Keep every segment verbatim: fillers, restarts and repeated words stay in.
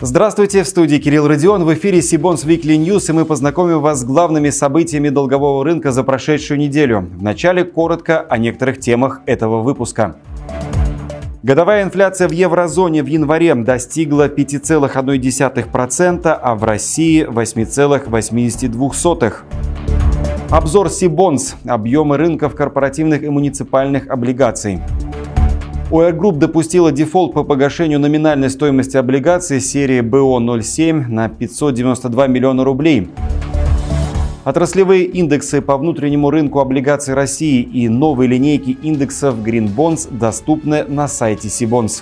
Здравствуйте, в студии Кирилл Родион, в эфире Сибонс Weekly News, и мы познакомим вас с главными событиями долгового рынка за прошедшую неделю. Вначале коротко о некоторых темах этого выпуска. Годовая инфляция в еврозоне в январе достигла пяти целых одной десятой процента, а в России восьми целых восьмидесяти двух сотых процента. Обзор Сибонс. Объемы рынков корпоративных и муниципальных облигаций. ОР Групп допустила дефолт по погашению номинальной стоимости облигаций серии бэ о ноль семь на пятьсот девяносто два миллиона рублей. Отраслевые индексы по внутреннему рынку облигаций России и новые линейки индексов Green Bonds доступны на сайте Сибонс.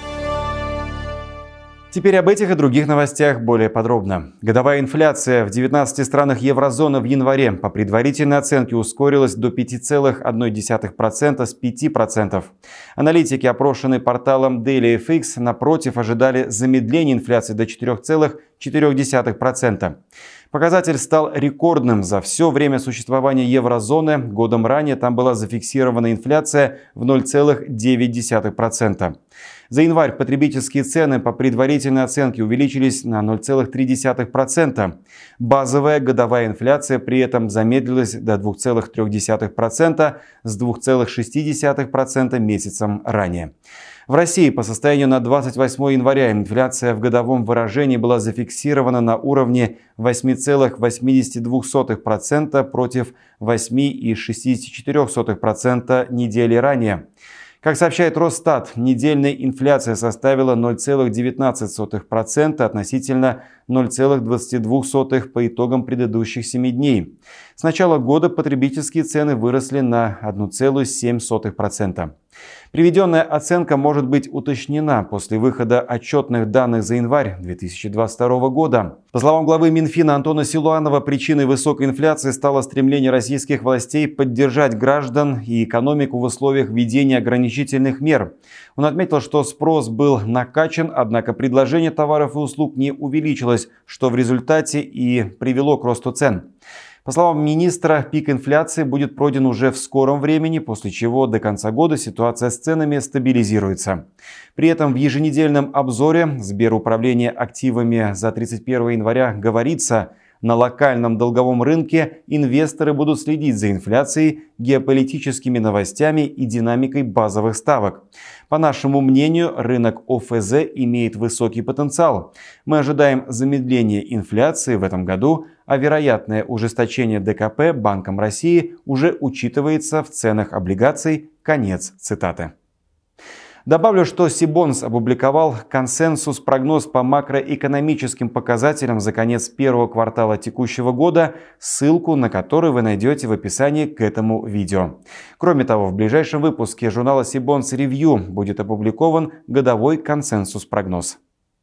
Теперь об этих и других новостях более подробно. Годовая инфляция в девятнадцати странах еврозоны в январе по предварительной оценке ускорилась до пяти целых одной десятой процента с пяти процентов. Аналитики, опрошенные порталом Daily эф икс, напротив, ожидали замедления инфляции до четырёх целых четырёх десятых процента. Показатель стал рекордным за все время существования еврозоны. Годом ранее там была зафиксирована инфляция в ноль целых девять десятых процента. За январь потребительские цены по предварительной оценке увеличились на ноль целых три десятых процента. Базовая годовая инфляция при этом замедлилась до двух целых трёх десятых процента с двух целых шести десятых процента месяцем ранее. В России по состоянию на двадцать восьмое января инфляция в годовом выражении была зафиксирована на уровне восьми целых восьмидесяти двух сотых процента против восьми целых шестидесяти четырёх сотых процента недели ранее. Как сообщает Росстат, недельная инфляция составила ноль целых девятнадцать сотых процента относительно ноль целых двадцати двух сотых процента по итогам предыдущих семи дней. С начала года потребительские цены выросли на одну целую семь сотых процента. Приведенная оценка может быть уточнена после выхода отчетных данных за январь две тысячи двадцать второго года. По словам главы Минфина Антона Силуанова, причиной высокой инфляции стало стремление российских властей поддержать граждан и экономику в условиях введения ограничительных мер. Он отметил, что спрос был накачан, однако предложение товаров и услуг не увеличилось, что в результате и привело к росту цен. По словам министра, пик инфляции будет пройден уже в скором времени, после чего до конца года ситуация с ценами стабилизируется. При этом в еженедельном обзоре Сберуправления активами за тридцать первое января говорится: на локальном долговом рынке инвесторы будут следить за инфляцией, геополитическими новостями и динамикой базовых ставок. По нашему мнению, рынок о эф зэ имеет высокий потенциал. Мы ожидаем замедления инфляции в этом году, а вероятное ужесточение дэ ка пэ Банком России уже учитывается в ценах облигаций. Конец цитаты. Добавлю, что Сибонс опубликовал консенсус-прогноз по макроэкономическим показателям за конец первого квартала текущего года, ссылку на который вы найдете в описании к этому видео. Кроме того, в ближайшем выпуске журнала Сибонс Ревью будет опубликован годовой консенсус-прогноз.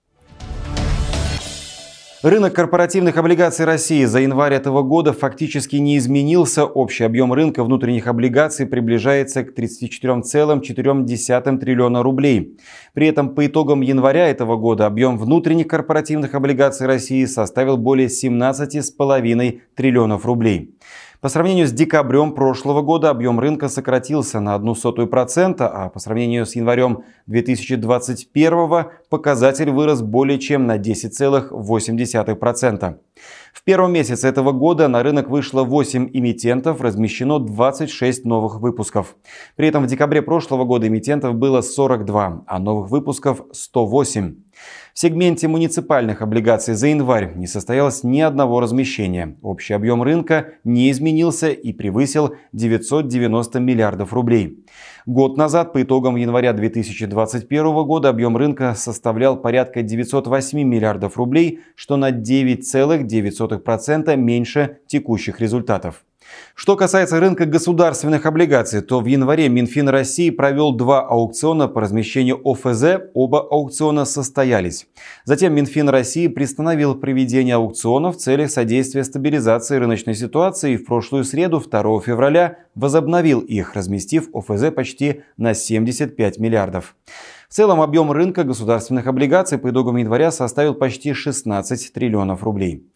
Рынок корпоративных облигаций России за январь этого года фактически не изменился. Общий объем рынка внутренних облигаций приближается к тридцати четырём целым четырём десятым триллиона рублей. При этом по итогам января этого года объем внутренних корпоративных облигаций России составил более семнадцати с половиной триллионов рублей. По сравнению с декабрем прошлого года объем рынка сократился на одну сотую процента, а по сравнению с январем две тысячи двадцать первого показатель вырос более чем на десять целых восемь десятых процента. В первом месяце этого года на рынок вышло восемь эмитентов, размещено двадцать шесть новых выпусков. При этом в декабре прошлого года эмитентов было сорок два, а новых выпусков сто восемь. В сегменте муниципальных облигаций за январь не состоялось ни одного размещения. Общий объем рынка не изменился и превысил девятьсот девяносто миллиардов рублей. Год назад, по итогам января две тысячи двадцать первого года, объем рынка составлял порядка девятисот восьми миллиардов рублей, что на девять целых девять сотых процента меньше текущих результатов. Что касается рынка государственных облигаций, то в январе Минфин России провел два аукциона по размещению о эф зэ. Оба аукциона состоялись. Затем Минфин России приостановил проведение аукционов в целях содействия стабилизации рыночной ситуации и в прошлую среду, второго февраля, возобновил их, разместив о эф зэ почти на семьдесят пять миллиардов. В целом объем рынка государственных облигаций по итогам января составил почти шестнадцать триллионов рублей.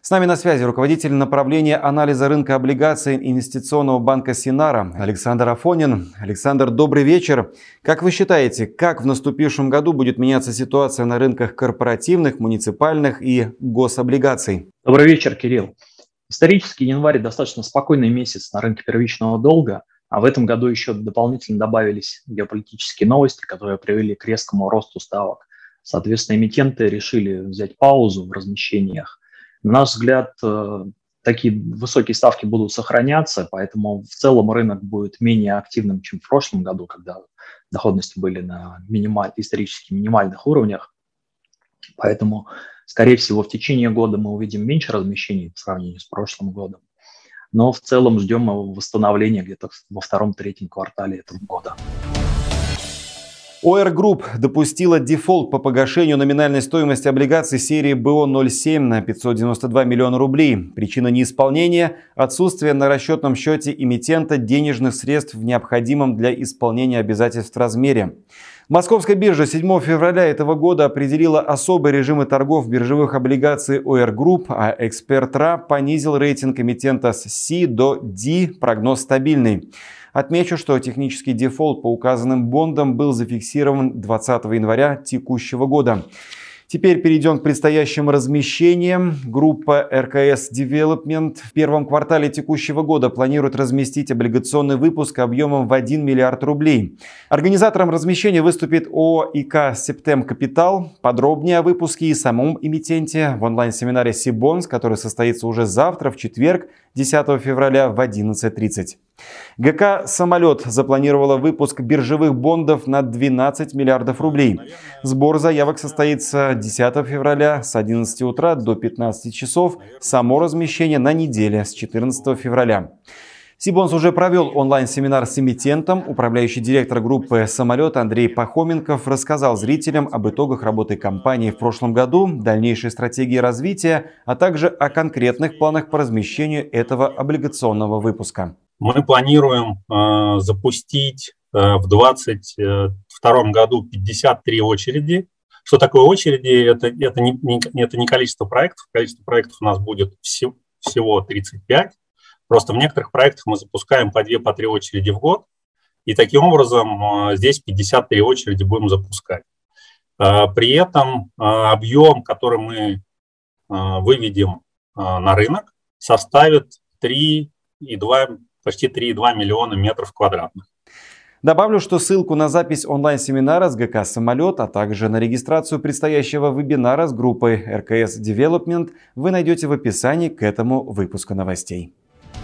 С нами на связи руководитель направления анализа рынка облигаций инвестиционного банка Синара Александр Афонин. Александр, добрый вечер. Как вы считаете, как в наступившем году будет меняться ситуация на рынках корпоративных, муниципальных и гособлигаций? Добрый вечер, Кирилл. Исторически январь достаточно спокойный месяц на рынке первичного долга, а в этом году еще дополнительно добавились геополитические новости, которые привели к резкому росту ставок. Соответственно, эмитенты решили взять паузу в размещениях. На наш взгляд, такие высокие ставки будут сохраняться, поэтому в целом рынок будет менее активным, чем в прошлом году, когда доходности были на минималь, исторически минимальных уровнях. Поэтому, скорее всего, в течение года мы увидим меньше размещений в сравнении с прошлым годом. Но в целом ждем восстановления где-то во втором-третьем квартале этого года. о эр Group допустила дефолт по погашению номинальной стоимости облигаций серии бэ о ноль семь на пятьсот девяносто два миллиона рублей. Причина неисполнения – отсутствие на расчетном счете эмитента денежных средств в необходимом для исполнения обязательств размере. Московская биржа седьмого февраля этого года определила особые режимы торгов биржевых облигаций о эр Group, а Эксперт.ра понизил рейтинг эмитента с C до D, прогноз стабильный. Отмечу, что технический дефолт по указанным бондам был зафиксирован двадцатого января текущего года. Теперь перейдем к предстоящим размещениям. Группа эр ка эс Development в первом квартале текущего года планирует разместить облигационный выпуск объемом в один миллиард рублей. Организатором размещения выступит о о и ка Septem Capital. Подробнее о выпуске и самом эмитенте в онлайн-семинаре Сибонс, который состоится уже завтра, в четверг, десятого февраля в одиннадцать тридцать. гэ ка «Самолет» запланировала выпуск биржевых бондов на двенадцать миллиардов рублей. Сбор заявок состоится десятого февраля с одиннадцати утра до пятнадцати часов. Само размещение на неделе с четырнадцатого февраля. Сибонс уже провел онлайн-семинар с эмитентом. Управляющий директор группы «Самолет» Андрей Пахоменков рассказал зрителям об итогах работы компании в прошлом году, дальнейшей стратегии развития, а также о конкретных планах по размещению этого облигационного выпуска. Мы планируем э, запустить э, в двадцать втором году пятьдесят три очереди. Что такое очереди? Это, это, не, не, это не количество проектов. Количество проектов у нас будет всего, всего тридцать пять. Просто в некоторых проектах мы запускаем по две, по три очереди в год. И таким образом э, здесь пятьдесят три очереди будем запускать. Э, при этом э, объем, который мы э, выведем э, на рынок, составит три и два почти три и два миллиона метров квадратных. Добавлю, что ссылку на запись онлайн-семинара с гэ ка «Самолет», а также на регистрацию предстоящего вебинара с группой эр ка эс Development вы найдете в описании к этому выпуску новостей.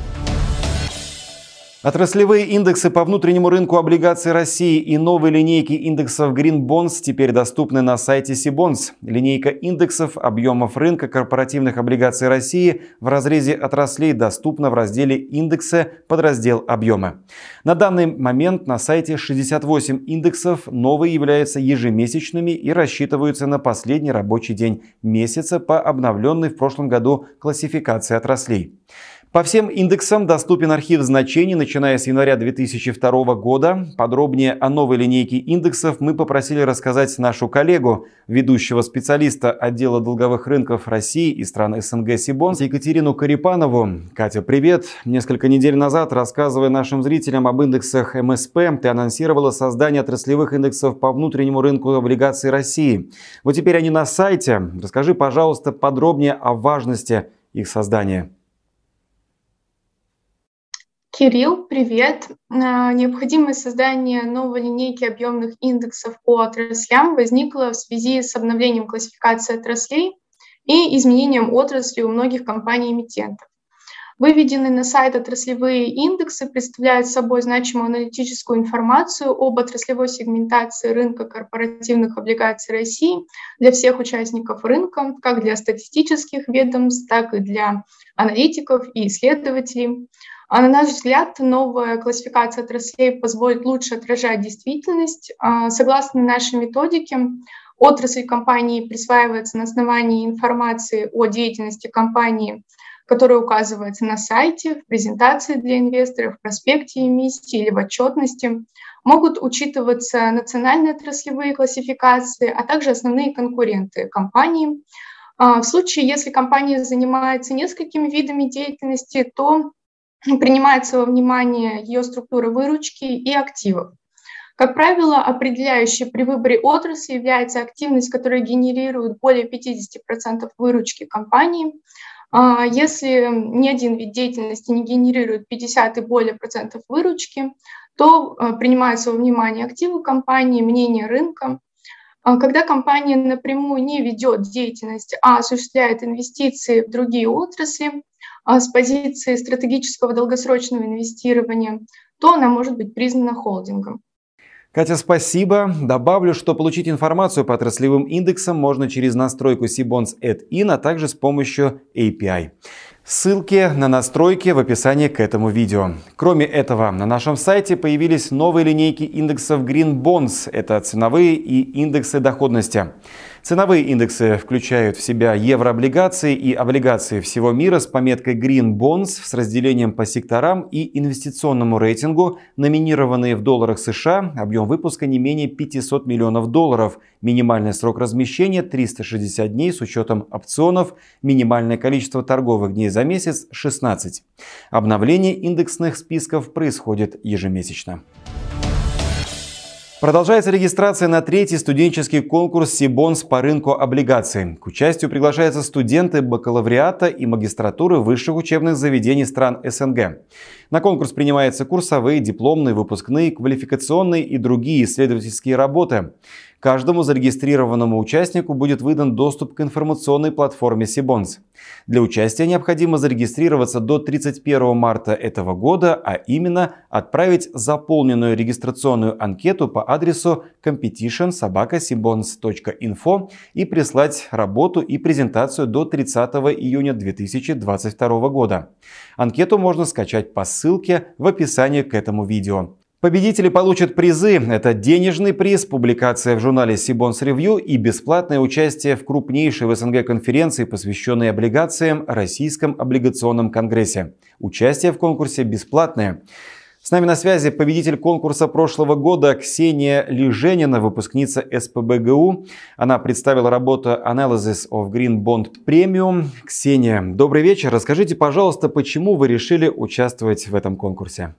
Отраслевые индексы по внутреннему рынку облигаций России и новые линейки индексов Green Bonds теперь доступны на сайте Сибонс. Линейка индексов объемов рынка корпоративных облигаций России в разрезе отраслей доступна в разделе «Индексы», подраздел «Объемы». На данный момент на сайте шестьдесят восемь индексов, новые являются ежемесячными и рассчитываются на последний рабочий день месяца по обновленной в прошлом году классификации отраслей. По всем индексам доступен архив значений, начиная с января две тысячи второго года. Подробнее о новой линейке индексов мы попросили рассказать нашу коллегу, ведущего специалиста отдела долговых рынков России и стран эс эн гэ Сибонс, Екатерину Карипанову. Катя, привет! Несколько недель назад, рассказывая нашим зрителям об индексах эм эс пэ, ты анонсировала создание отраслевых индексов по внутреннему рынку облигаций России. Вот теперь они на сайте. Расскажи, пожалуйста, подробнее о важности их создания. Кирилл, привет! Необходимость создания новой линейки объемных индексов по отраслям возникла в связи с обновлением классификации отраслей и изменением отрасли у многих компаний-эмитентов. Выведенные на сайт отраслевые индексы представляют собой значимую аналитическую информацию об отраслевой сегментации рынка корпоративных облигаций России для всех участников рынка, как для статистических ведомств, так и для аналитиков и исследователей. А на наш взгляд, новая классификация отраслей позволит лучше отражать действительность. Согласно нашей методике, отрасль компании присваивается на основании информации о деятельности компании, которая указывается на сайте, в презентации для инвесторов, в проспекте эмиссии или в отчетности. Могут учитываться национальные отраслевые классификации, а также основные конкуренты компании. В случае, если компания занимается несколькими видами деятельности, то принимается во внимание ее структура выручки и активов. Как правило, определяющей при выборе отрасли является активность, которая генерирует более пятьдесят процентов выручки компании. Если ни один вид деятельности не генерирует пятьдесят и более процентов выручки, то принимаются во внимание активы компании, мнение рынка. Когда компания напрямую не ведет деятельность, а осуществляет инвестиции в другие отрасли с позиции стратегического долгосрочного инвестирования, то она может быть признана холдингом. Катя, спасибо. Добавлю, что получить информацию по отраслевым индексам можно через настройку Сибонс Add-in, а также с помощью эй пи ай. Ссылки на настройки в описании к этому видео. Кроме этого, на нашем сайте появились новые линейки индексов Green Bonds. Это ценовые и индексы доходности. Ценовые индексы включают в себя еврооблигации и облигации всего мира с пометкой Green Bonds с разделением по секторам и инвестиционному рейтингу, номинированные в долларах США, объем выпуска не менее пятисот миллионов долларов, минимальный срок размещения триста шестьдесят дней с учетом опционов, минимальное количество торговых дней за месяц шестнадцать. Обновление индексных списков происходит ежемесячно. Продолжается регистрация на третий студенческий конкурс Сибонс по рынку облигаций. К участию приглашаются студенты бакалавриата и магистратуры высших учебных заведений стран эс эн гэ. На конкурс принимаются курсовые, дипломные, выпускные, квалификационные и другие исследовательские работы. Каждому зарегистрированному участнику будет выдан доступ к информационной платформе Сибонс. Для участия необходимо зарегистрироваться до тридцать первого марта этого года, а именно отправить заполненную регистрационную анкету по адресу competition собака сибонс точка инфо и прислать работу и презентацию до тридцатого июня две тысячи двадцать второго года. Анкету можно скачать по ссылке в описании к этому видео. Победители получат призы. Это денежный приз, публикация в журнале Сибонс Review и бесплатное участие в крупнейшей в эс эн гэ конференции, посвященной облигациям, Российском облигационном конгрессе. Участие в конкурсе бесплатное. С нами на связи победитель конкурса прошлого года Ксения Лиженина, выпускница эс пэ бэ гэ у. Она представила работу Analysis of Green Bond Premium. Ксения, добрый вечер. Расскажите, пожалуйста, почему вы решили участвовать в этом конкурсе?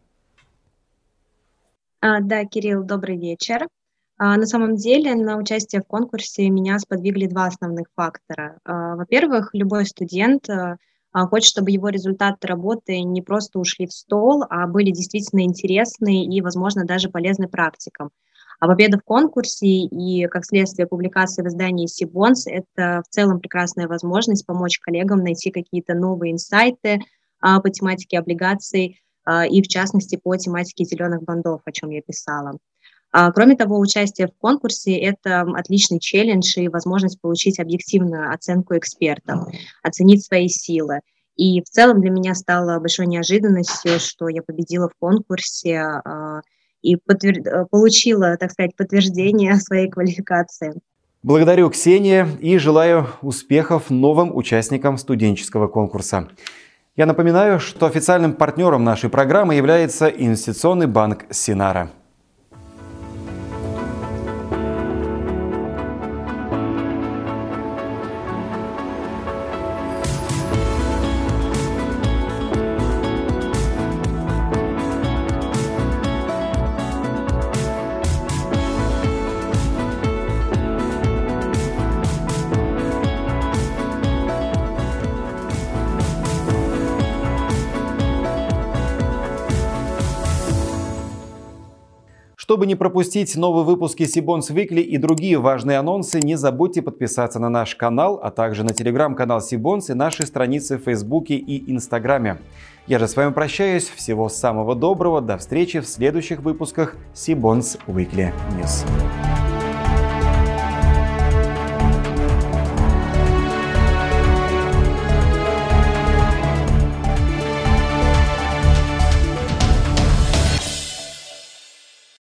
А, да, Кирилл, добрый вечер. А, на самом деле на участие в конкурсе меня сподвигли два основных фактора. А, во-первых, любой студент а, хочет, чтобы его результаты работы не просто ушли в стол, а были действительно интересны и, возможно, даже полезны практикам. А победа в конкурсе и, как следствие, публикации в издании Сибонс – это в целом прекрасная возможность помочь коллегам найти какие-то новые инсайты а, по тематике облигаций, и в частности по тематике зеленых бондов, о чем я писала. Кроме того, участие в конкурсе – это отличный челлендж и возможность получить объективную оценку экспертов, оценить свои силы. И в целом для меня стало большой неожиданностью, что я победила в конкурсе и подтвер... получила, так сказать, подтверждение своей квалификации. Благодарю, Ксения, и желаю успехов новым участникам студенческого конкурса. Я напоминаю, что официальным партнером нашей программы является инвестиционный банк Синара. Чтобы не пропустить новые выпуски Сибонс Weekly и другие важные анонсы, не забудьте подписаться на наш канал, а также на телеграм-канал Сибонс и наши страницы в Фейсбуке и Инстаграме. Я же с вами прощаюсь. Всего самого доброго. До встречи в следующих выпусках Сибонс Weekly News.